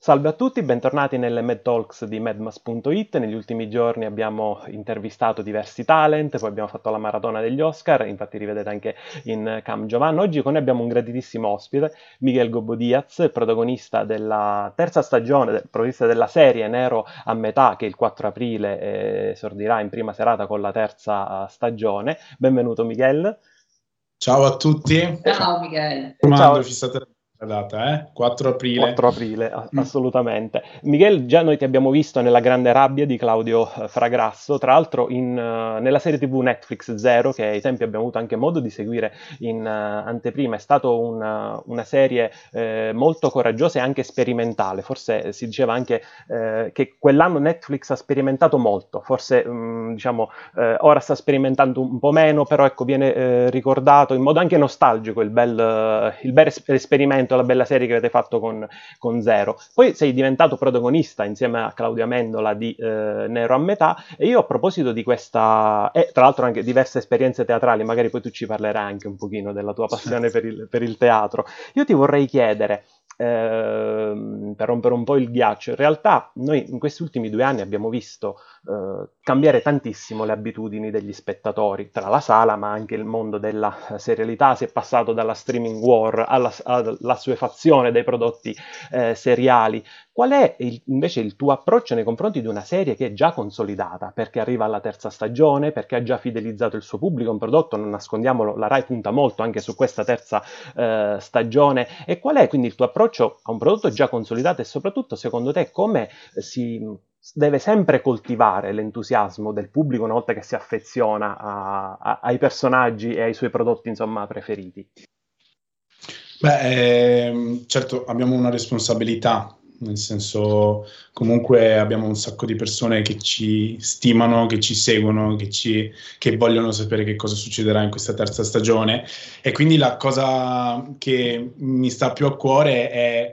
Salve a tutti, bentornati nelle Mad Talks di madmas.it. Negli ultimi giorni abbiamo intervistato diversi talent, poi abbiamo fatto la maratona degli Oscar, infatti rivedete anche in Cam Giovanni. Oggi con noi abbiamo un graditissimo ospite, Miguel Gobbo Diaz, protagonista della terza stagione, protagonista della serie Nero a metà, che il 4 aprile esordirà in prima serata con la terza stagione. Benvenuto Miguel. Ciao a tutti. Ciao Michele. Comando, Ciao. ci state la data, 4 aprile. 4 aprile, assolutamente. Miguel, già noi ti abbiamo visto nella Grande Rabbia di Claudio Fragrasso, tra l'altro nella serie TV Netflix Zero, che ai tempi abbiamo avuto anche modo di seguire in anteprima. È stata una serie molto coraggiosa e anche sperimentale. Forse si diceva anche che quell'anno Netflix ha sperimentato molto, forse ora sta sperimentando un po' meno, però ecco, viene ricordato in modo anche nostalgico il bel esperimento, la bella serie che avete fatto con Zero. Poi sei diventato protagonista insieme a Claudia Mendola di Nero a metà, e io a proposito di questa, e tra l'altro anche diverse esperienze teatrali, magari poi tu ci parlerai anche un pochino della tua passione per il teatro, io ti vorrei chiedere, per rompere un po' il ghiaccio, in realtà noi in questi ultimi 2 anni abbiamo visto cambiare tantissimo le abitudini degli spettatori, tra la sala ma anche il mondo della serialità. Si è passato dalla streaming war all'assuefazione dei prodotti seriali. Qual è invece il tuo approccio nei confronti di una serie che è già consolidata, perché arriva alla terza stagione, perché ha già fidelizzato il suo pubblico, un prodotto, non nascondiamolo, la Rai punta molto anche su questa terza stagione, e qual è quindi il tuo approccio a un prodotto già consolidato, e soprattutto secondo te come si deve sempre coltivare l'entusiasmo del pubblico una volta che si affeziona ai personaggi e ai suoi prodotti, insomma, preferiti? Certo, abbiamo una responsabilità, nel senso, comunque abbiamo un sacco di persone che ci stimano, che ci seguono, che vogliono sapere che cosa succederà in questa terza stagione, e quindi la cosa che mi sta più a cuore è: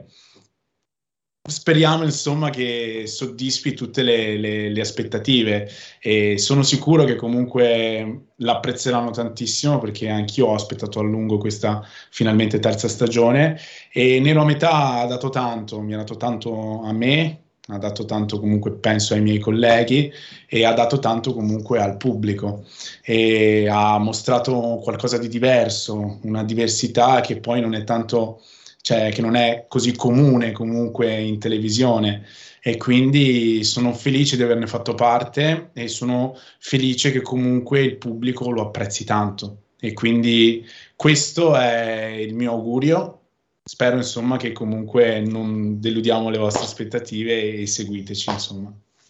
speriamo insomma che soddisfi tutte le aspettative, e sono sicuro che comunque l'apprezzeranno tantissimo, perché anch'io ho aspettato a lungo questa finalmente terza stagione, e Nero a metà ha dato tanto, mi ha dato tanto a me, ha dato tanto comunque penso ai miei colleghi, e ha dato tanto comunque al pubblico, e ha mostrato qualcosa di diverso, una diversità che poi non è tanto, cioè che non è così comune comunque in televisione, e quindi sono felice di averne fatto parte, e sono felice che comunque il pubblico lo apprezzi tanto, e quindi questo è il mio augurio. Spero insomma che comunque non deludiamo le vostre aspettative e seguiteci, insomma.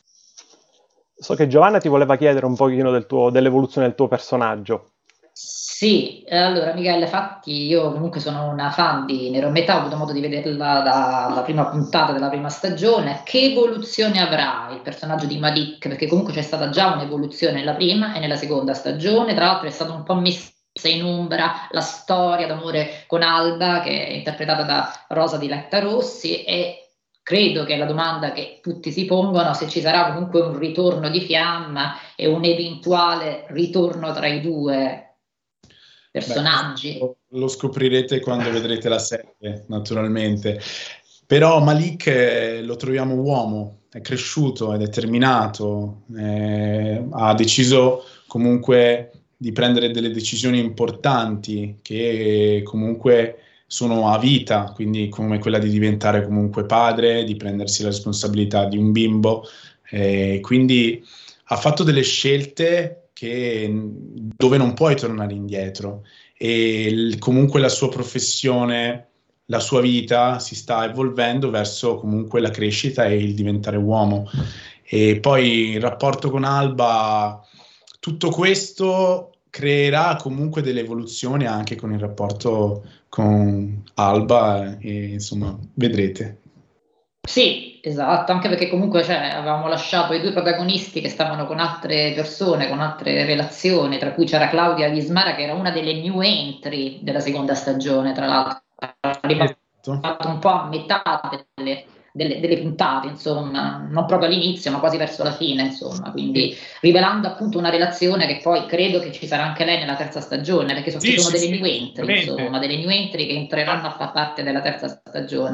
So che Giovanna ti voleva chiedere un pochino dell'evoluzione del tuo personaggio. Sì, allora Michele, infatti io comunque sono una fan di Nero a metà, ho avuto modo di vederla dalla prima puntata della prima stagione. Che evoluzione avrà il personaggio di Malik? Perché comunque c'è stata già un'evoluzione nella prima e nella seconda stagione, tra l'altro è stata un po' messa in ombra la storia d'amore con Alba, che è interpretata da Rosa di Letta Rossi, e credo che è la domanda che tutti si pongono, se ci sarà comunque un ritorno di fiamma e un eventuale ritorno tra i due personaggi. Lo scoprirete quando vedrete la serie, naturalmente. Però Malik lo troviamo uomo, è cresciuto, è determinato, ha deciso comunque di prendere delle decisioni importanti che comunque sono a vita, quindi come quella di diventare comunque padre, di prendersi la responsabilità di un bimbo, quindi ha fatto delle scelte dove non puoi tornare indietro, e comunque la sua professione, la sua vita si sta evolvendo verso comunque la crescita e il diventare uomo. E poi il rapporto con Alba, tutto questo creerà comunque delle evoluzioni anche con il rapporto con Alba, e insomma vedrete. Sì, esatto, anche perché comunque avevamo lasciato i due protagonisti che stavano con altre persone, con altre relazioni, tra cui c'era Claudia Vismara, che era una delle new entry della seconda stagione, tra l'altro, arrivato un po' a metà delle puntate, insomma, non proprio all'inizio, ma quasi verso la fine, insomma, quindi rivelando appunto una relazione che poi credo che ci sarà anche lei nella terza stagione, perché ci sono delle new entry, insomma, delle new entry che entreranno a far parte della terza stagione.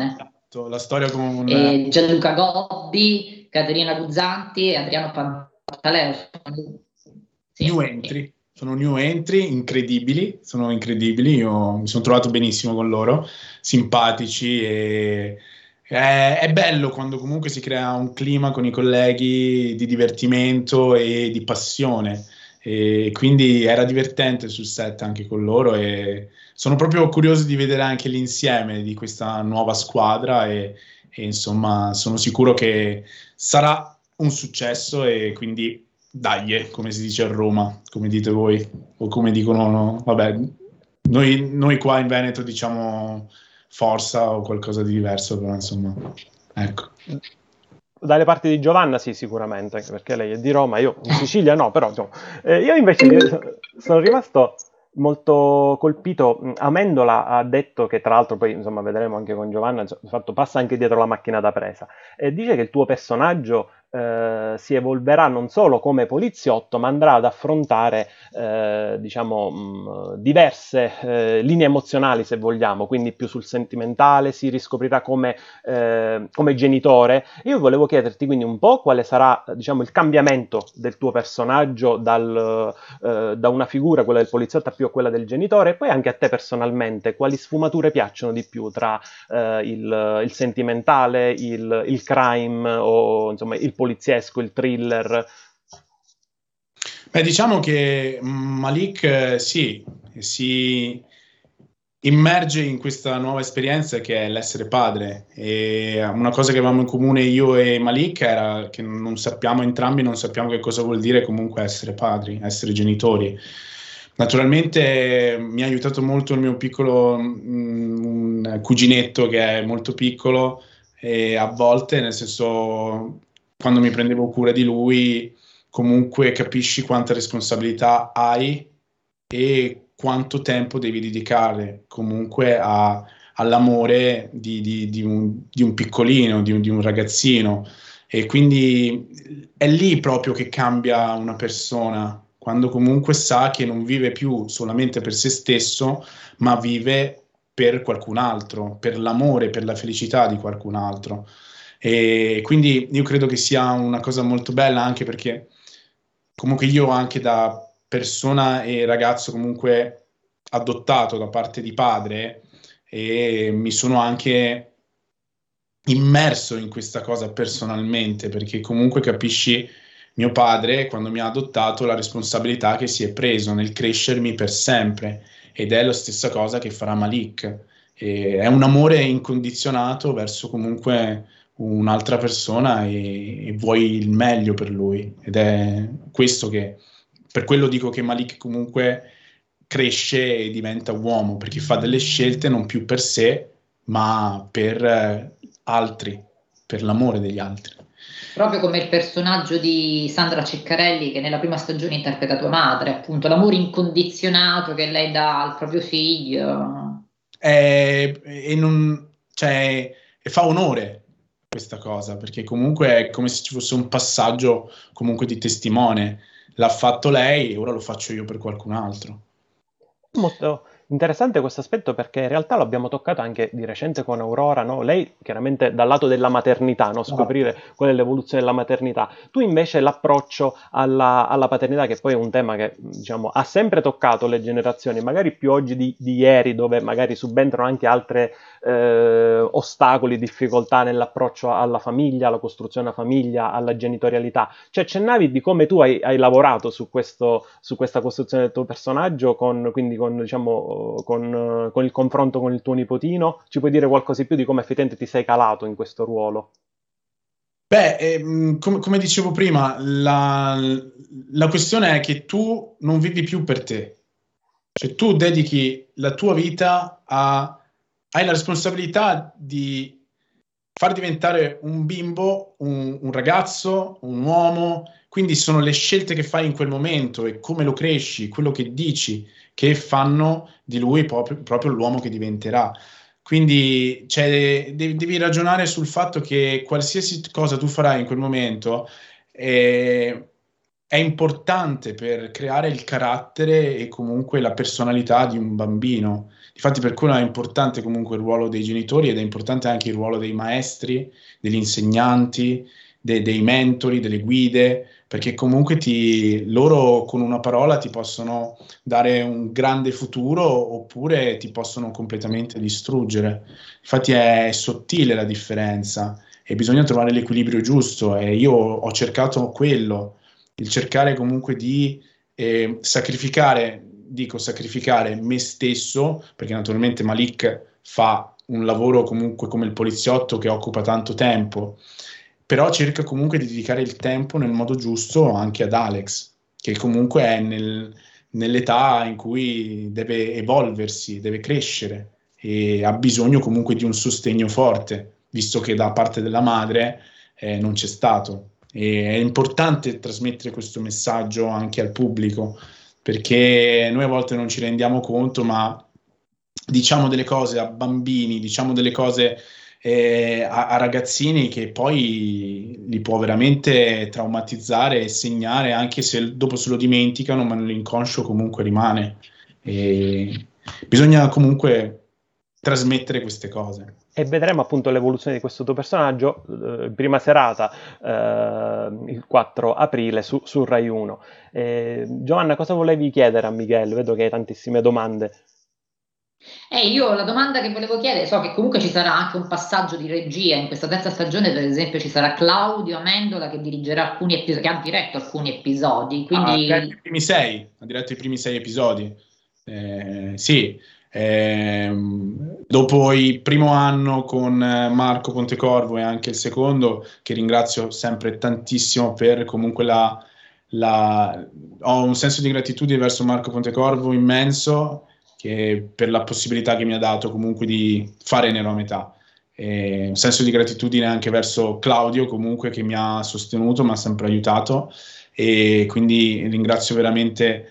La storia con Gianluca Gobbi, Caterina Guzzanti e Adriano Pantaleo. New entry. Sono new entry sono incredibili, io mi sono trovato benissimo con loro, simpatici e è bello quando comunque si crea un clima con i colleghi di divertimento e di passione, e quindi era divertente sul set anche con loro e sono proprio curioso di vedere anche l'insieme di questa nuova squadra e insomma sono sicuro che sarà un successo e quindi dai, come si dice a Roma, come dite voi, o come dicono, no? Vabbè, noi qua in Veneto diciamo forza o qualcosa di diverso, però insomma, ecco. Dalle parti di Giovanna sì, sicuramente, anche perché lei è di Roma, io in Sicilia no, però insomma, io invece sono rimasto molto colpito. Amendola ha detto che, tra l'altro, poi insomma vedremo anche con Giovanna, insomma, fatto, passa anche dietro la macchina da presa, e dice che il tuo personaggio si evolverà non solo come poliziotto, ma andrà ad affrontare diciamo diverse linee emozionali, se vogliamo, quindi più sul sentimentale, si riscoprirà come genitore. Io volevo chiederti quindi un po' quale sarà, diciamo, il cambiamento del tuo personaggio da una figura, quella del poliziotto, a più a quella del genitore, e poi anche a te personalmente, quali sfumature piacciono di più tra il sentimentale, il crime o insomma il poliziesco, il thriller? Beh, diciamo che Malik sì, si immerge in questa nuova esperienza che è l'essere padre, e una cosa che avevamo in comune io e Malik era che entrambi non sappiamo che cosa vuol dire comunque essere padri, essere genitori. Naturalmente mi ha aiutato molto il mio piccolo un cuginetto che è molto piccolo, e a volte, nel senso, quando mi prendevo cura di lui, comunque capisci quanta responsabilità hai e quanto tempo devi dedicare comunque all'amore di un piccolino, di un ragazzino. E quindi è lì proprio che cambia una persona, quando comunque sa che non vive più solamente per se stesso, ma vive per qualcun altro, per l'amore, per la felicità di qualcun altro. E quindi io credo che sia una cosa molto bella, anche perché comunque io anche da persona e ragazzo comunque adottato da parte di padre, e mi sono anche immerso in questa cosa personalmente, perché comunque capisci mio padre quando mi ha adottato la responsabilità che si è preso nel crescermi per sempre, ed è la stessa cosa che farà Malik. E è un amore incondizionato verso comunque un'altra persona, e vuoi il meglio per lui, ed è questo che per quello dico che Malik comunque cresce e diventa uomo, perché fa delle scelte non più per sé, ma per altri, per l'amore degli altri. Proprio come il personaggio di Sandra Ceccarelli che nella prima stagione interpreta tua madre, appunto, l'amore incondizionato che lei dà al proprio figlio. E non, cioè, e fa onore questa cosa, perché comunque è come se ci fosse un passaggio comunque di testimone. L'ha fatto lei e ora lo faccio io per qualcun altro. Molto interessante questo aspetto, perché in realtà lo abbiamo toccato anche di recente con Aurora, no? Lei chiaramente dal lato della maternità, no? Scoprire qual è l'evoluzione della maternità. Tu invece l'approccio alla paternità, che poi è un tema che diciamo ha sempre toccato le generazioni, magari più oggi di ieri, dove magari subentrano anche altre ostacoli, difficoltà nell'approccio alla famiglia, alla costruzione della famiglia, alla genitorialità. Cioè accennavi di come tu hai lavorato su questa costruzione del tuo personaggio, quindi diciamo, con il confronto con il tuo nipotino. Ci puoi dire qualcosa di più di come effettivamente ti sei calato in questo ruolo? Beh, come dicevo prima, la questione è che tu non vivi più per te, cioè tu dedichi la tua vita hai la responsabilità di far diventare un bimbo, un ragazzo, un uomo, quindi sono le scelte che fai in quel momento e come lo cresci, quello che dici, che fanno di lui proprio l'uomo che diventerà. Quindi cioè, devi ragionare sul fatto che qualsiasi cosa tu farai in quel momento è importante per creare il carattere e comunque la personalità di un bambino. Difatti per quello è importante comunque il ruolo dei genitori ed è importante anche il ruolo dei maestri, degli insegnanti, dei mentori, delle guide, perché comunque loro con una parola ti possono dare un grande futuro oppure ti possono completamente distruggere. Infatti è sottile la differenza e bisogna trovare l'equilibrio giusto e io ho cercato quello, il cercare comunque di sacrificare me stesso, perché naturalmente Malik fa un lavoro comunque come il poliziotto che occupa tanto tempo, però cerca comunque di dedicare il tempo nel modo giusto anche ad Alex, che comunque è nell'età in cui deve evolversi, deve crescere e ha bisogno comunque di un sostegno forte, visto che da parte della madre non c'è stato. E è importante trasmettere questo messaggio anche al pubblico, perché noi a volte non ci rendiamo conto, ma diciamo delle cose a bambini, diciamo delle cose a ragazzini che poi li può veramente traumatizzare e segnare, anche se dopo se lo dimenticano, ma nell'inconscio comunque rimane. E bisogna comunque trasmettere queste cose. E vedremo appunto l'evoluzione di questo tuo personaggio, prima serata, il 4 aprile su Rai 1. Giovanna, cosa volevi chiedere a Miguel? Vedo che hai tantissime domande. Io la domanda che volevo chiedere, so che comunque ci sarà anche un passaggio di regia in questa terza stagione, per esempio ci sarà Claudio Amendola che dirigerà alcuni episodi, che ha diretto alcuni episodi, Ha diretto quindi i primi sei, ha diretto i primi 6 episodi. Sì, dopo il primo anno con Marco Pontecorvo e anche il secondo, che ringrazio sempre tantissimo per comunque ho un senso di gratitudine verso Marco Pontecorvo immenso per la possibilità che mi ha dato comunque di fare Nero a metà. Un senso di gratitudine anche verso Claudio comunque che mi ha sostenuto, mi ha sempre aiutato e quindi ringrazio veramente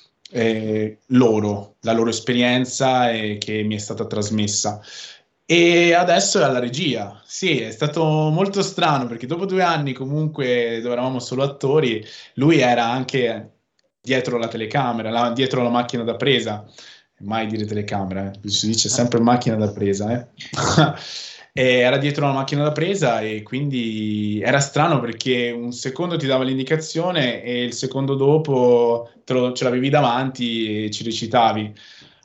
la loro esperienza che mi è stata trasmessa. E adesso è alla regia. Sì, è stato molto strano perché dopo 2 anni comunque dove eravamo solo attori, lui era anche dietro la telecamera, dietro la macchina da presa. Mai dire telecamera, si dice sempre macchina da presa. E era dietro la macchina da presa e quindi era strano perché un secondo ti dava l'indicazione e il secondo dopo ce l'avevi davanti e ci recitavi.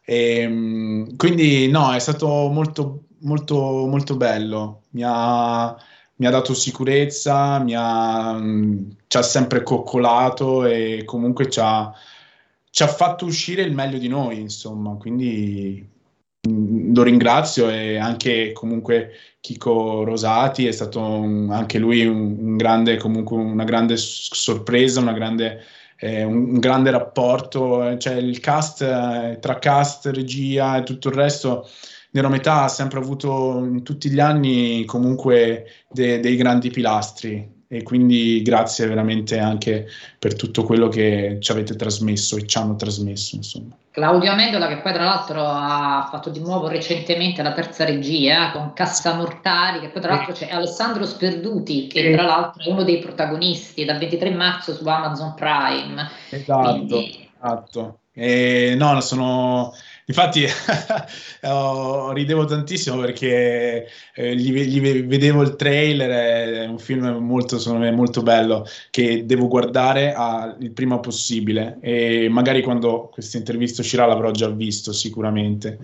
Quindi no, è stato molto, molto, molto bello. Mi ha dato sicurezza, ci ha sempre coccolato e comunque ci ha fatto uscire il meglio di noi, insomma. Quindi lo ringrazio e anche comunque Chico Rosati è stato anche lui un grande, comunque una grande sorpresa, un grande rapporto, cioè il cast, tra cast, regia e tutto il resto, Nero Metà ha sempre avuto in tutti gli anni comunque dei grandi pilastri e quindi grazie veramente anche per tutto quello che ci avete trasmesso e ci hanno trasmesso, insomma. Claudio Amendola che poi tra l'altro ha fatto di nuovo recentemente la terza regia con Cassa Mortali, che poi tra l'altro c'è Alessandro Sperduti che tra l'altro è uno dei protagonisti dal 23 marzo su Amazon Prime. Esatto, Quindi esatto. No, infatti ridevo tantissimo perché vedevo il trailer, è un film molto, secondo me, molto bello che devo guardare il prima possibile e magari quando questa intervista uscirà l'avrò già visto sicuramente.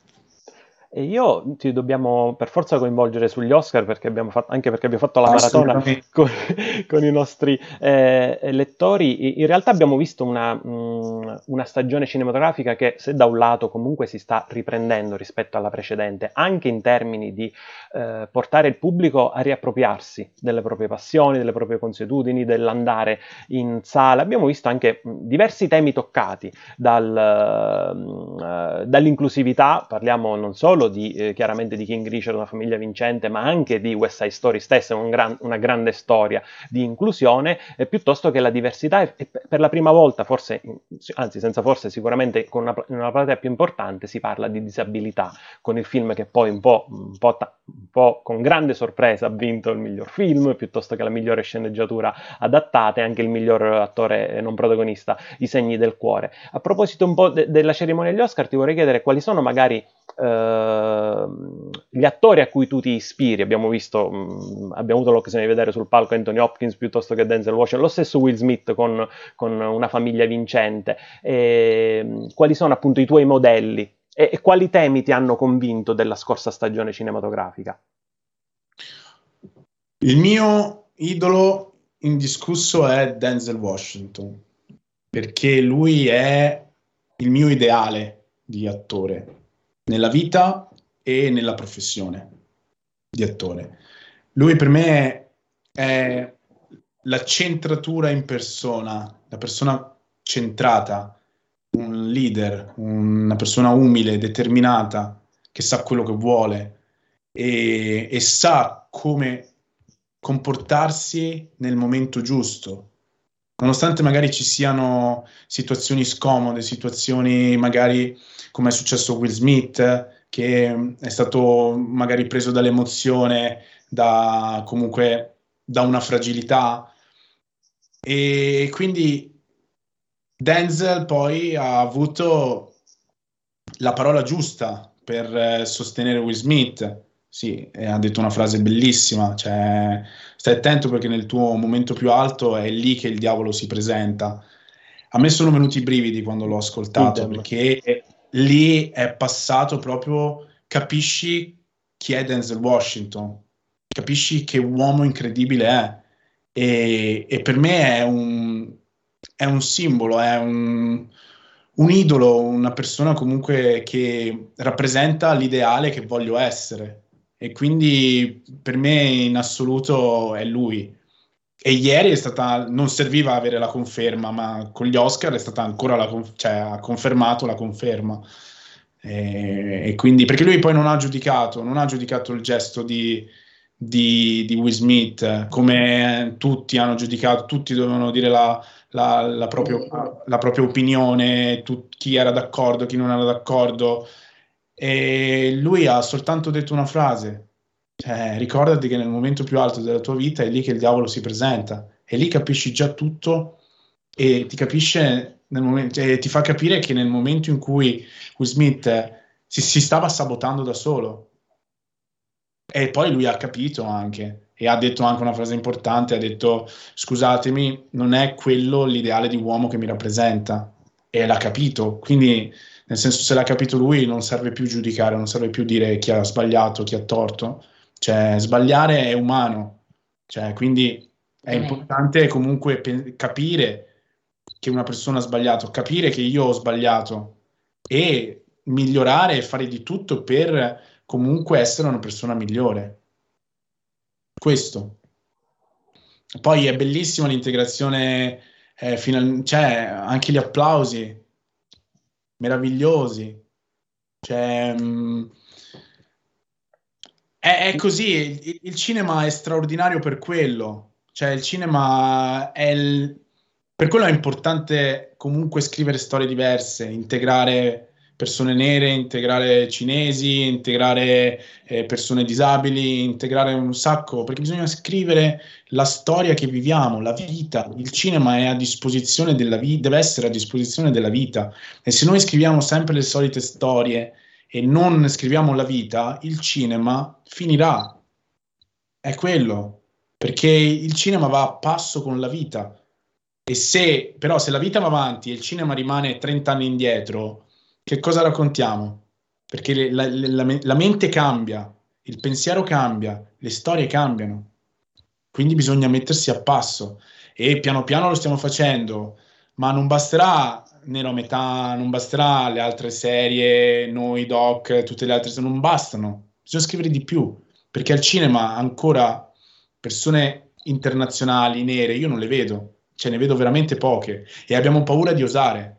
E io ti dobbiamo per forza coinvolgere sugli Oscar anche perché abbiamo fatto la maratona con i nostri lettori. In realtà abbiamo visto una stagione cinematografica che, se da un lato comunque si sta riprendendo rispetto alla precedente, anche in termini di portare il pubblico a riappropriarsi delle proprie passioni, delle proprie consuetudini, dell'andare in sala. Abbiamo visto anche diversi temi toccati dall'inclusività, parliamo non solo solo chiaramente di King Richard, Una famiglia vincente, ma anche di West Side Story stessa, una grande storia di inclusione, piuttosto che la diversità, e per la prima volta, forse, anzi senza forse, sicuramente in una platea più importante, si parla di disabilità, con il film che poi un po' con grande sorpresa ha vinto il miglior film, piuttosto che la migliore sceneggiatura adattata, e anche il miglior attore non protagonista, I segni del cuore. A proposito un po' della cerimonia degli Oscar, ti vorrei chiedere quali sono magari gli attori a cui tu ti ispiri. Abbiamo avuto l'occasione di vedere sul palco Anthony Hopkins piuttosto che Denzel Washington, lo stesso Will Smith con Una famiglia vincente. Quali sono appunto i tuoi modelli e quali temi ti hanno convinto della scorsa stagione cinematografica? Il mio idolo indiscusso è Denzel Washington, perché lui è il mio ideale di attore nella vita e nella professione di attore. Lui per me è la centratura in persona, la persona centrata, un leader, una persona umile, determinata, che sa quello che vuole e sa come comportarsi nel momento giusto. Nonostante magari ci siano situazioni scomode, situazioni magari come è successo a Will Smith, che è stato magari preso dall'emozione, comunque da una fragilità. E quindi Denzel poi ha avuto la parola giusta per sostenere Will Smith. Sì, ha detto una frase bellissima, cioè stai attento perché nel tuo momento più alto è lì che il diavolo si presenta. A me sono venuti i brividi quando l'ho ascoltato, Idem. perché lì è passato proprio, capisci chi è Denzel Washington, capisci che uomo incredibile è. E per me è un simbolo, è un idolo, una persona comunque che rappresenta l'ideale che voglio essere. E quindi per me in assoluto è lui. E ieri non serviva avere la conferma, ma con gli Oscar è stata ancora cioè ha confermato la conferma. E quindi, perché lui poi non ha giudicato il gesto di Will Smith, come tutti hanno giudicato, tutti dovevano dire la propria opinione, chi era d'accordo, chi non era d'accordo. E lui ha soltanto detto una frase. Cioè, ricordati che nel momento più alto della tua vita è lì che il diavolo si presenta e lì capisci già tutto e ti capisce ti fa capire che nel momento in cui Will Smith si stava sabotando da solo e poi lui ha capito anche e ha detto anche una frase importante, ha detto scusatemi, non è quello l'ideale di uomo che mi rappresenta e l'ha capito, quindi nel senso se l'ha capito lui non serve più giudicare, non serve più dire chi ha sbagliato, chi ha torto. Cioè, sbagliare è umano, cioè, quindi è importante comunque capire che una persona ha sbagliato, capire che io ho sbagliato e migliorare e fare di tutto per comunque essere una persona migliore. Questo. Poi è bellissima l'integrazione, cioè, anche gli applausi, meravigliosi. Cioè, è così, il cinema è straordinario per quello, cioè il cinema per quello è importante comunque scrivere storie diverse, integrare persone nere, integrare cinesi, integrare persone disabili, integrare un sacco, perché bisogna scrivere la storia che viviamo, la vita. Il cinema è a disposizione della vita, deve essere a disposizione della vita. E se noi scriviamo sempre le solite storie e non scriviamo la vita, il cinema finirà. È quello, perché il cinema va a passo con la vita. Però se la vita va avanti e il cinema rimane 30 anni indietro, che cosa raccontiamo? Perché la mente cambia, il pensiero cambia, le storie cambiano. Quindi bisogna mettersi a passo e piano piano lo stiamo facendo, ma non basterà Nero a metà, non basterà le altre serie, noi doc, tutte le altre serie, non bastano. Bisogna scrivere di più, perché al cinema ancora persone internazionali, nere, io non le vedo, ce ne vedo veramente poche e abbiamo paura di osare.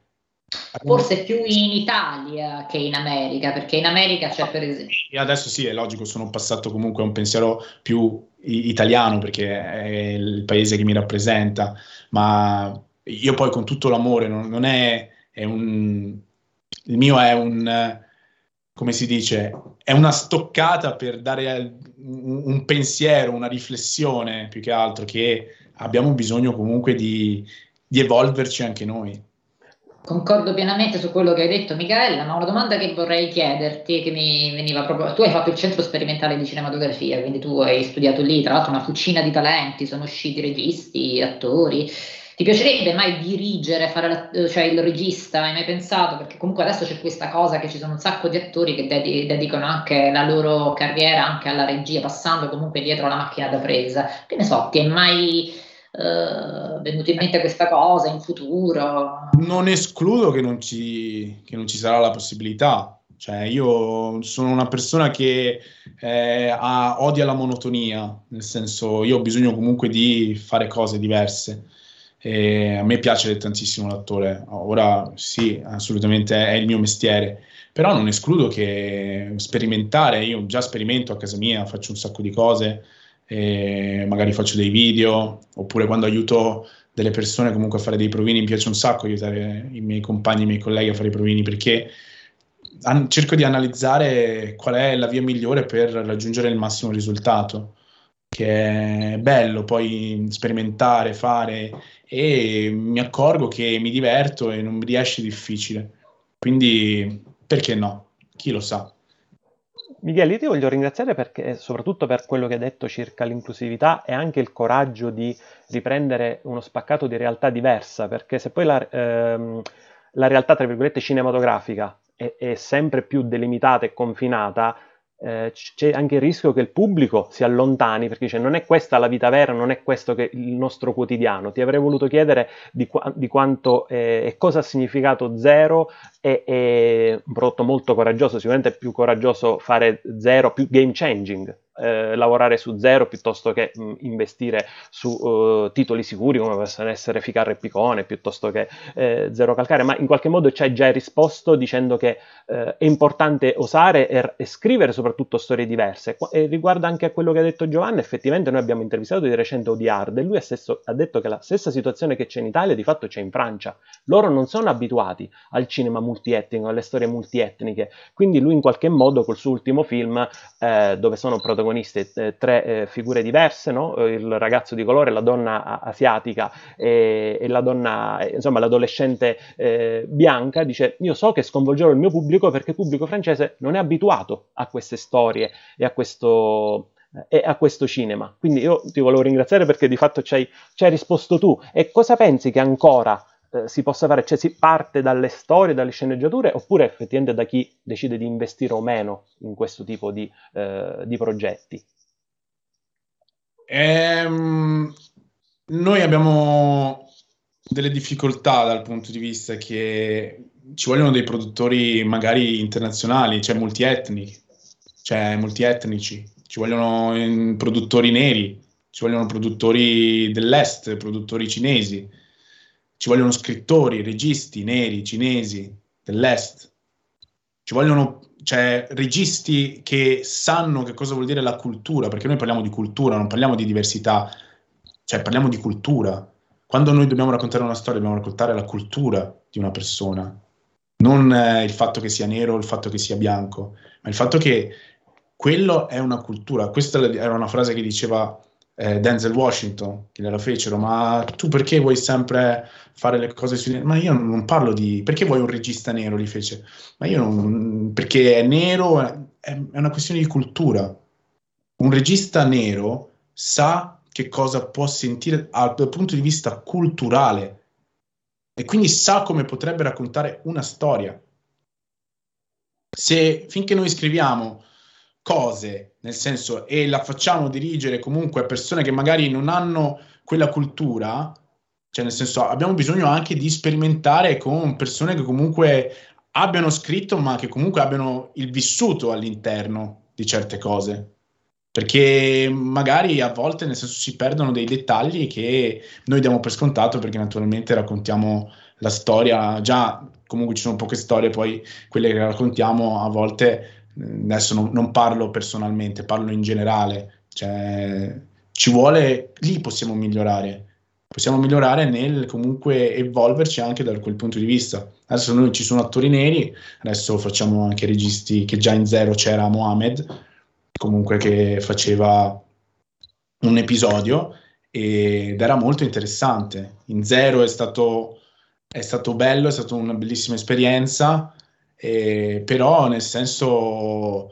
Forse più in Italia che in America, perché in America c'è per esempio... E adesso sì, è logico, sono passato comunque a un pensiero più italiano perché è il paese che mi rappresenta, ma io poi con tutto l'amore, non è un... Il mio è un, come si dice, è una stoccata per dare un pensiero, una riflessione più che altro, che abbiamo bisogno comunque di evolverci anche noi. Concordo pienamente su quello che hai detto, Michaela, ma una domanda che vorrei chiederti, che mi veniva proprio... Tu hai fatto il centro sperimentale di cinematografia, quindi tu hai studiato lì, tra l'altro una fucina di talenti, sono usciti registi, attori. Ti piacerebbe mai dirigere, fare cioè il regista? Hai mai pensato? Perché comunque adesso c'è questa cosa che ci sono un sacco di attori che dedicano anche la loro carriera anche alla regia, passando comunque dietro alla macchina da presa. Che ne so, ti è mai venuto in mente questa cosa in futuro? Non escludo che non ci sarà la possibilità. Cioè, io sono una persona che odia la monotonia, nel senso, io ho bisogno comunque di fare cose diverse. E a me piace tantissimo l'attore. Ora sì, assolutamente è il mio mestiere, però non escludo che sperimentare, io già sperimento a casa mia, faccio un sacco di cose, magari faccio dei video, oppure quando aiuto delle persone comunque a fare dei provini, mi piace un sacco aiutare i miei compagni, i miei colleghi a fare i provini perché cerco di analizzare qual è la via migliore per raggiungere il massimo risultato, che è bello poi sperimentare, fare, e mi accorgo che mi diverto e non mi riesce difficile. Quindi perché no? Chi lo sa? Michele, io ti voglio ringraziare perché, soprattutto per quello che hai detto circa l'inclusività e anche il coraggio di riprendere uno spaccato di realtà diversa, perché se poi la realtà, tra virgolette, cinematografica è sempre più delimitata e confinata, c'è anche il rischio che il pubblico si allontani perché dice non è questa la vita vera, non è questo che il nostro quotidiano. Ti avrei voluto chiedere di quanto e cosa ha significato Zero. È un prodotto molto coraggioso, sicuramente è più coraggioso fare Zero, più game changing, lavorare su Zero piuttosto che investire su titoli sicuri come possono essere Ficarra e Picone piuttosto che Zero Calcare, ma in qualche modo ci hai già risposto dicendo che è importante osare e scrivere soprattutto storie diverse. E riguardo anche a quello che ha detto Giovanni, effettivamente noi abbiamo intervistato di recente Odiard e lui ha detto che la stessa situazione che c'è in Italia di fatto c'è in Francia. Loro non sono abituati al cinema multietnico, alle storie multietniche, quindi lui in qualche modo col suo ultimo film, dove sono protagoniste tre figure diverse, no? Il ragazzo di colore, la donna asiatica e la donna, insomma l'adolescente bianca, dice io so che sconvolgerò il mio pubblico perché il pubblico francese non è abituato a queste storie e a questo cinema. Quindi io ti volevo ringraziare perché di fatto ci hai risposto tu. E cosa pensi che ancora si possa fare? Cioè si parte dalle storie, dalle sceneggiature, oppure effettivamente da chi decide di investire o meno in questo tipo di progetti? Noi abbiamo delle difficoltà dal punto di vista che ci vogliono dei produttori magari internazionali, cioè multietnici, ci vogliono produttori neri, ci vogliono produttori dell'est, produttori cinesi, ci vogliono scrittori, registi neri, cinesi, dell'est, ci vogliono, cioè, registi che sanno che cosa vuol dire la cultura, perché noi parliamo di cultura, non parliamo di diversità, cioè parliamo di cultura. Quando noi dobbiamo raccontare una storia, dobbiamo raccontare la cultura di una persona, non il fatto che sia nero o il fatto che sia bianco, ma il fatto che quello è una cultura. Questa era una frase che diceva Denzel Washington, che gliela fecero, ma tu perché vuoi sempre fare le cose su... Ma io non parlo di... Perché vuoi un regista nero, gli fece? Ma io non... Perché è nero, è una questione di cultura. Un regista nero sa che cosa può sentire dal punto di vista culturale e quindi sa come potrebbe raccontare una storia. Se finché noi scriviamo cose, nel senso, e la facciamo dirigere comunque a persone che magari non hanno quella cultura, cioè nel senso abbiamo bisogno anche di sperimentare con persone che comunque abbiano scritto, ma che comunque abbiano il vissuto all'interno di certe cose. Perché magari a volte nel senso si perdono dei dettagli che noi diamo per scontato perché naturalmente raccontiamo la storia già comunque ci sono poche storie, poi quelle che raccontiamo a volte, adesso non parlo personalmente, parlo in generale, cioè ci vuole, lì possiamo migliorare nel comunque evolverci anche da quel punto di vista. Adesso noi ci sono attori neri, adesso facciamo anche registi, che già in Zero c'era Mohamed, comunque che faceva un episodio ed era molto interessante. In Zero è stato bello, è stata una bellissima esperienza, però nel senso,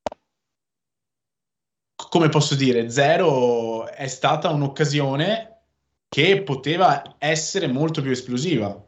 come posso dire, Zero è stata un'occasione che poteva essere molto più esplosiva.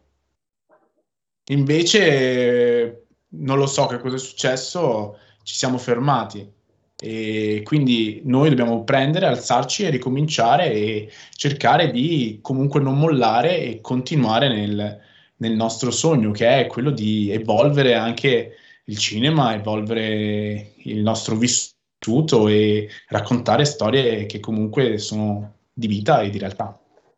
Invece, non lo so che cosa è successo, ci siamo fermati. E quindi noi dobbiamo prendere, alzarci e ricominciare e cercare di comunque non mollare e continuare nel nostro sogno, che è quello di evolvere anche il cinema, evolvere il nostro vissuto e raccontare storie che comunque sono di vita e di realtà.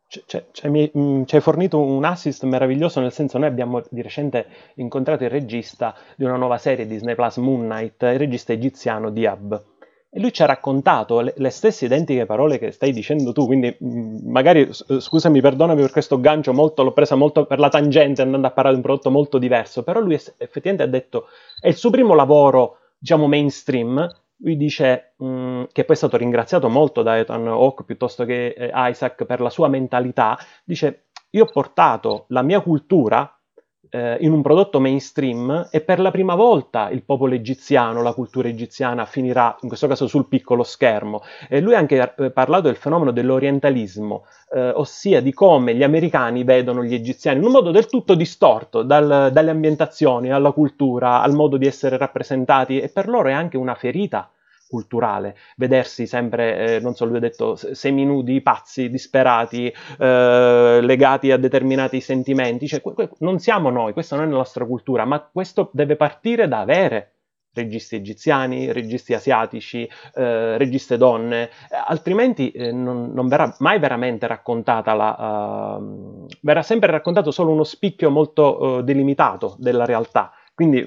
Ci hai fornito un assist meraviglioso, nel senso, noi abbiamo di recente incontrato il regista di una nuova serie Disney Plus, Moon Knight, il regista egiziano Diab, e lui ci ha raccontato le stesse identiche parole che stai dicendo tu, quindi magari, scusami, perdonami per questo gancio, l'ho presa molto per la tangente andando a parlare di un prodotto molto diverso, però lui effettivamente ha detto, è il suo primo lavoro, diciamo, mainstream. Lui dice che poi è stato ringraziato molto da Ethan Hawke piuttosto che Isaac per la sua mentalità. Dice, io ho portato la mia cultura in un prodotto mainstream e per la prima volta il popolo egiziano, la cultura egiziana finirà, in questo caso, sul piccolo schermo. E lui ha anche parlato del fenomeno dell'orientalismo, ossia di come gli americani vedono gli egiziani in un modo del tutto distorto, dalle ambientazioni alla cultura, al modo di essere rappresentati, e per loro è anche una ferita culturale, vedersi sempre, non so, lui ha detto, seminudi, pazzi, disperati, legati a determinati sentimenti. Cioè, non siamo noi, questa non è la nostra cultura, ma questo deve partire da avere registi egiziani, registi asiatici, registe donne, altrimenti non verrà mai veramente raccontata verrà sempre raccontato solo uno spicchio molto delimitato della realtà. Quindi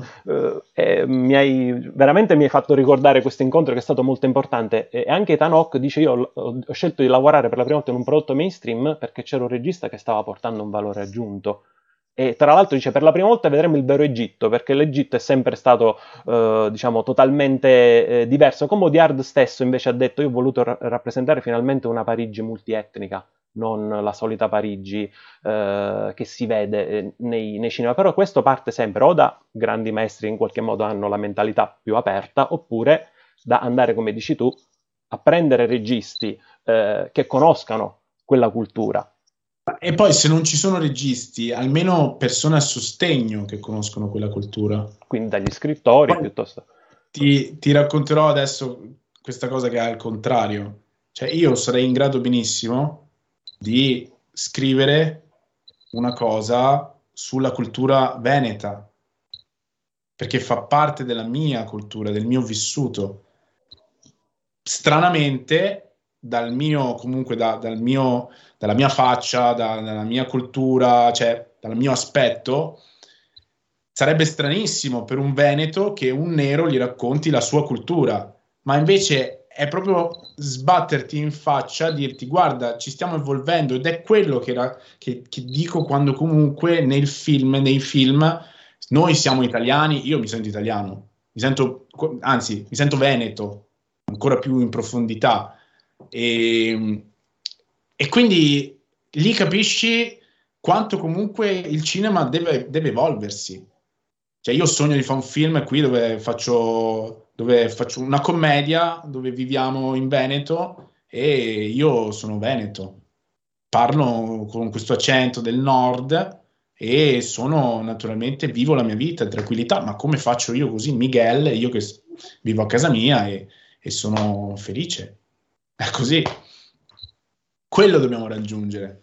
veramente mi hai fatto ricordare questo incontro che è stato molto importante. E anche Ethan Hawke dice, io ho scelto di lavorare per la prima volta in un prodotto mainstream perché c'era un regista che stava portando un valore aggiunto. E tra l'altro dice, per la prima volta vedremo il vero Egitto, perché l'Egitto è sempre stato, diciamo, totalmente diverso. Come Odiard stesso invece ha detto, io ho voluto rappresentare finalmente una Parigi multietnica, non la solita Parigi che si vede nei cinema. Però questo parte sempre o da grandi maestri che in qualche modo hanno la mentalità più aperta, oppure da andare, come dici tu, a prendere registi che conoscano quella cultura. E poi se non ci sono registi, almeno persone a sostegno che conoscono quella cultura. Quindi dagli scrittori Poi piuttosto. ti racconterò adesso questa cosa che è al contrario. Cioè io sarei in grado benissimo di scrivere una cosa sulla cultura veneta, perché fa parte della mia cultura, del mio vissuto. Stranamente, comunque dalla mia faccia, dalla mia cultura, cioè dal mio aspetto, sarebbe stranissimo per un veneto che un nero gli racconti la sua cultura, ma invece è proprio sbatterti in faccia, dirti guarda, ci stiamo evolvendo, ed è quello che dico quando comunque nei film, noi siamo italiani, io mi sento italiano, anzi, mi sento veneto, ancora più in profondità. E quindi lì capisci quanto comunque il cinema deve evolversi. Cioè io sogno di fare un film qui dove faccio una commedia, dove viviamo in Veneto e io sono veneto. Parlo con questo accento del nord e sono naturalmente, vivo la mia vita in tranquillità, ma come faccio io così, Miguel, io che vivo a casa mia e sono felice. È così. Quello dobbiamo raggiungere.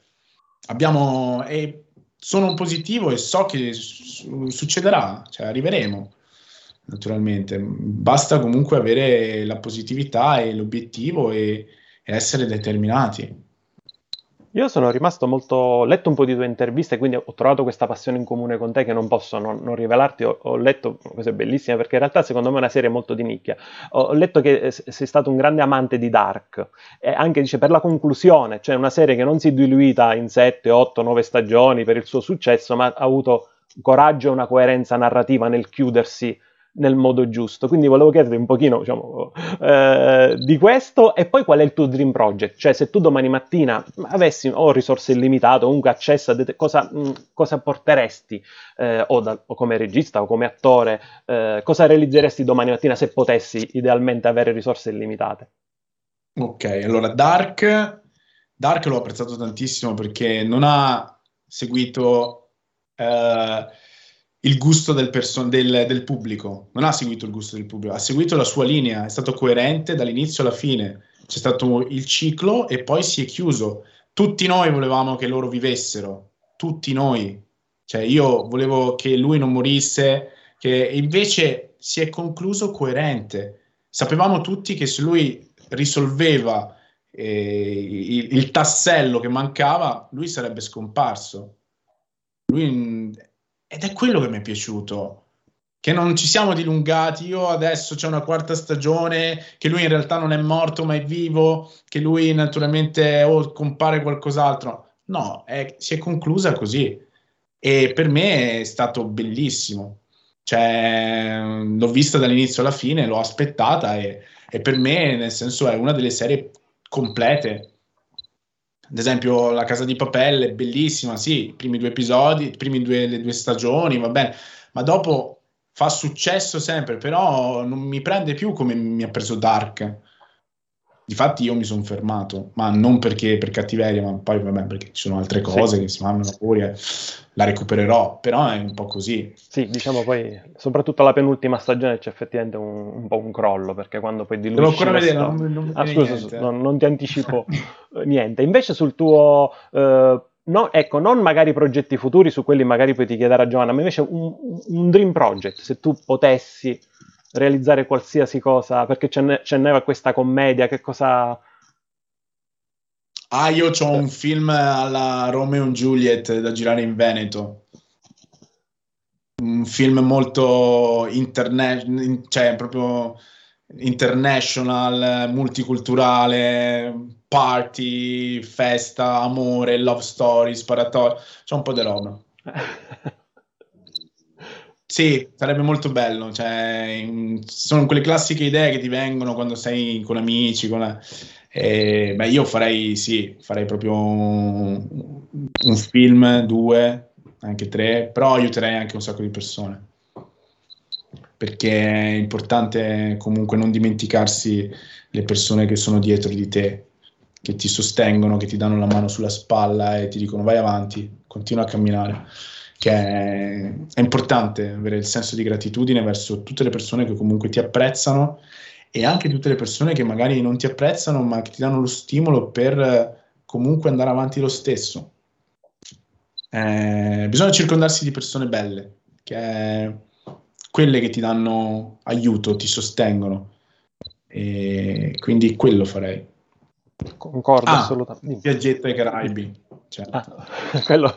Sono positivo e so che succederà, cioè arriveremo, naturalmente. Basta comunque avere la positività e l'obiettivo e essere determinati. Io sono rimasto molto, ho letto un po' di tue interviste, quindi ho trovato questa passione in comune con te che non posso non rivelarti. Ho letto cose bellissime perché in realtà secondo me è una serie molto di nicchia. Ho letto che sei stato un grande amante di Dark e anche dice per la conclusione, cioè una serie che non si è diluita in 7, 8, 9 stagioni per il suo successo, ma ha avuto coraggio e una coerenza narrativa nel chiudersi nel modo giusto. Quindi volevo chiederti un pochino, diciamo, di questo e poi qual è il tuo dream project? Cioè, se tu domani mattina avessi o risorse illimitate o comunque accesso a cosa porteresti o come regista o come attore, cosa realizzeresti domani mattina se potessi idealmente avere risorse illimitate? Ok, allora Dark l'ho apprezzato tantissimo perché non ha seguito il gusto del pubblico, non ha seguito il gusto del pubblico, ha seguito la sua linea, è stato coerente dall'inizio alla fine. C'è stato il ciclo e poi si è chiuso. Tutti noi volevamo che loro vivessero, tutti noi. Cioè io volevo che lui non morisse, che invece si è concluso coerente. Sapevamo tutti che se lui risolveva il tassello che mancava, lui sarebbe scomparso. Lui, ed è quello che mi è piaciuto, che non ci siamo dilungati. Io adesso c'è una quarta stagione, che lui in realtà non è morto ma è vivo, che lui naturalmente compare qualcos'altro. No, si è conclusa così e per me è stato bellissimo. Cioè, l'ho vista dall'inizio alla fine, l'ho aspettata e per me, nel senso, è una delle serie complete. Ad esempio, La Casa di Papel è bellissima, sì, i primi due episodi, le due stagioni, va bene, ma dopo fa successo sempre, però non mi prende più come mi ha preso Dark. Difatti io mi sono fermato, ma non perché per cattiveria, ma poi vabbè, perché ci sono altre Sì. cose che si fanno fuori e la recupererò, però è un po' così. Sì, diciamo poi, soprattutto la penultima stagione c'è effettivamente un po' un crollo, perché quando poi Devo diluisci ancora la vedere, storia. non mi Ah, viene scusa, niente. non ti anticipo niente. Invece sul tuo, no, ecco, non magari progetti futuri, su quelli magari poi ti chiederà Giovanna, ma invece un dream project, se tu potessi realizzare qualsiasi cosa, perché c'è Neva questa commedia, che cosa... Ah, io ho un film alla Romeo and Juliet da girare in Veneto. Un film molto cioè proprio international, multiculturale, party, festa, amore, love story, sparatorio. C'è un po' di roba. Sì, sarebbe molto bello. Cioè, sono quelle classiche idee che ti vengono quando sei con amici. Beh, io farei, sì, farei proprio un film, due, anche tre, però aiuterei anche un sacco di persone. Perché è importante comunque non dimenticarsi le persone che sono dietro di te, che ti sostengono, che ti danno la mano sulla spalla e ti dicono vai avanti, continua a camminare. Che è importante avere il senso di gratitudine verso tutte le persone che comunque ti apprezzano e anche tutte le persone che magari non ti apprezzano, ma che ti danno lo stimolo per comunque andare avanti lo stesso. Bisogna circondarsi di persone belle, quelle che ti danno aiuto, ti sostengono. E quindi quello farei. Concordo Ah, assolutamente. Viaggetto ai Caraibi, certo. Ah, quello...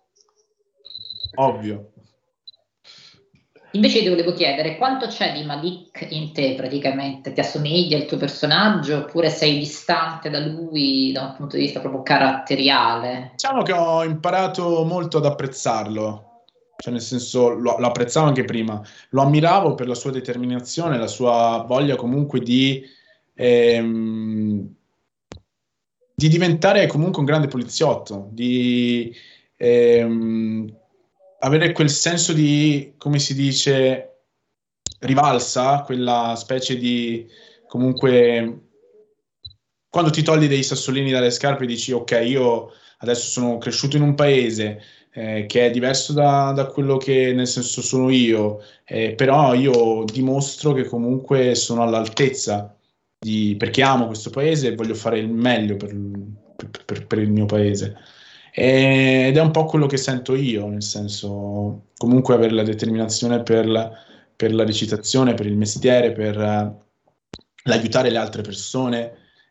Ovvio. Invece ti volevo chiedere quanto c'è di Malik in te praticamente? Ti assomiglia il tuo personaggio oppure sei distante da lui da un punto di vista proprio caratteriale? Diciamo che ho imparato molto ad apprezzarlo, cioè nel senso lo apprezzavo anche prima, lo ammiravo per la sua determinazione, la sua voglia comunque ehm, di diventare comunque un grande poliziotto, di ehm, avere quel senso di, come si dice, rivalsa, quella specie di comunque quando ti togli dei sassolini dalle scarpe e dici ok, io adesso sono cresciuto in un paese che è diverso da quello che nel senso sono io, però io dimostro che comunque sono all'altezza perché amo questo paese e voglio fare il meglio per il mio paese. Ed è un po' quello che sento io, nel senso comunque avere la determinazione per la recitazione, per il mestiere, per l'aiutare le altre persone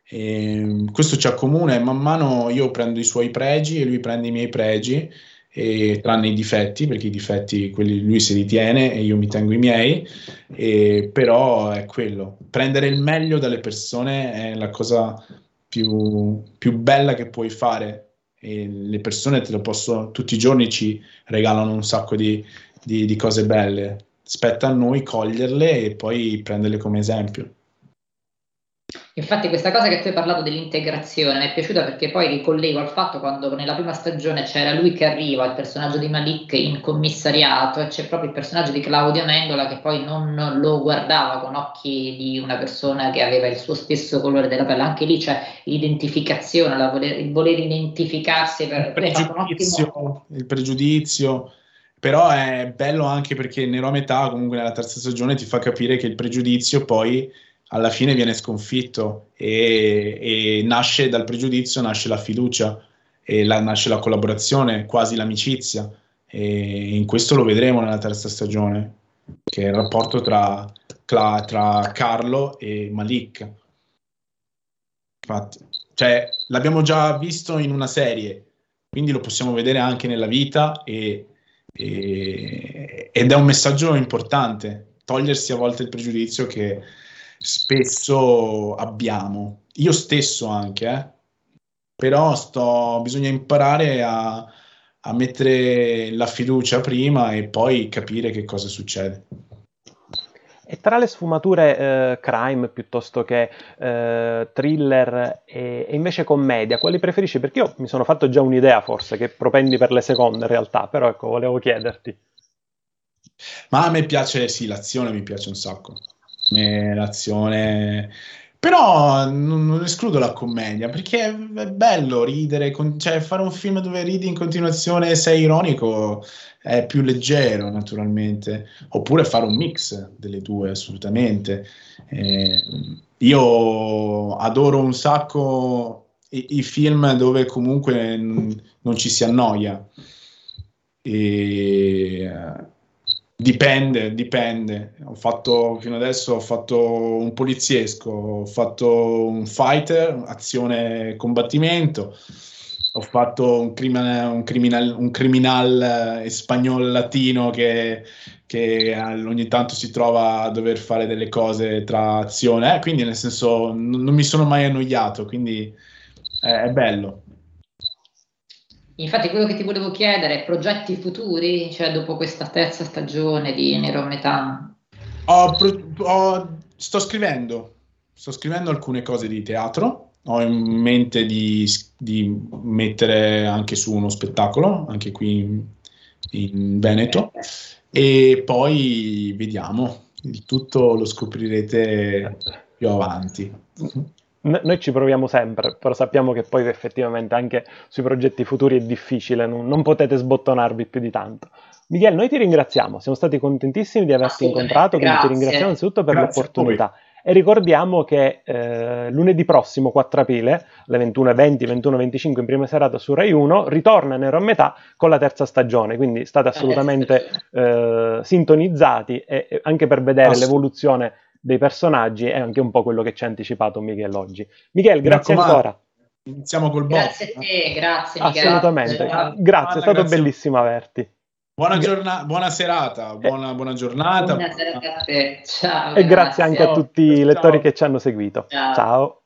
E questo ci accomuna e man mano io prendo i suoi pregi e lui prende i miei pregi, e, tranne i difetti, perché i difetti quelli lui se li tiene e io mi tengo i miei, però è quello, prendere il meglio dalle persone è la cosa più bella che puoi fare, e le persone te lo possono, tutti i giorni ci regalano un sacco di cose belle, spetta a noi coglierle e poi prenderle come esempio. Infatti questa cosa che tu hai parlato dell'integrazione mi è piaciuta perché poi ricollego al fatto quando nella prima stagione c'era lui che arriva, il personaggio di Malik in commissariato e c'è proprio il personaggio di Claudio Mendola che poi non lo guardava con occhi di una persona che aveva il suo stesso colore della pelle. Anche lì c'è l'identificazione, il voler identificarsi per lei ha fatto un ottimo. Il pregiudizio, però è bello anche perché Nero a metà, comunque nella terza stagione, ti fa capire che il pregiudizio poi alla fine viene sconfitto e nasce dal pregiudizio, nasce la fiducia e nasce la collaborazione, quasi l'amicizia. E in questo lo vedremo nella terza stagione, che è il rapporto tra Carlo e Malik. Infatti, cioè, l'abbiamo già visto in una serie, quindi lo possiamo vedere anche nella vita ed è un messaggio importante, togliersi a volte il pregiudizio che spesso abbiamo, io stesso anche, però bisogna imparare a mettere la fiducia prima e poi capire che cosa succede. E tra le sfumature crime piuttosto che thriller e invece commedia, quali preferisci? Perché io mi sono fatto già un'idea forse che propendi per le seconde in realtà, però ecco, volevo chiederti. Ma a me piace, sì, l'azione mi piace un sacco. L'azione, però non escludo la commedia perché è bello ridere, cioè fare un film dove ridi in continuazione e sei ironico è più leggero, naturalmente. Oppure fare un mix delle due, assolutamente. Eh, io adoro un sacco i film dove comunque non ci si annoia. E, dipende. Fino adesso ho fatto un poliziesco, ho fatto un fighter, azione combattimento, ho fatto un criminal spagnolo latino che ogni tanto si trova a dover fare delle cose tra azione, quindi nel senso non mi sono mai annoiato, quindi è bello. Infatti quello che ti volevo chiedere è progetti futuri, cioè dopo questa terza stagione di Nero a metà. Sto scrivendo alcune cose di teatro, ho in mente di mettere anche su uno spettacolo, anche qui in Veneto, e poi vediamo, il tutto lo scoprirete più avanti. Noi ci proviamo sempre, però sappiamo che poi effettivamente anche sui progetti futuri è difficile, non potete sbottonarvi più di tanto. Miguel, noi ti ringraziamo, siamo stati contentissimi di averti incontrato, quindi ti ringraziamo Grazie. innanzitutto per Grazie a voi. l'opportunità e ricordiamo che lunedì prossimo, 4 aprile, alle 21:20, 21:25 in prima serata su Rai 1, ritorna Nero a metà con la terza stagione, quindi state assolutamente sintonizzati e anche per vedere l'evoluzione dei personaggi è anche un po' quello che ci ha anticipato Miguel oggi. Miguel, grazie ancora. Iniziamo col Grazie a te, grazie Miguel. Assolutamente, grazie, è stato bellissimo averti. Buona serata, buona giornata. Buona serata a te, ciao. E grazie anche a tutti i lettori che ci hanno seguito. Ciao. Ciao.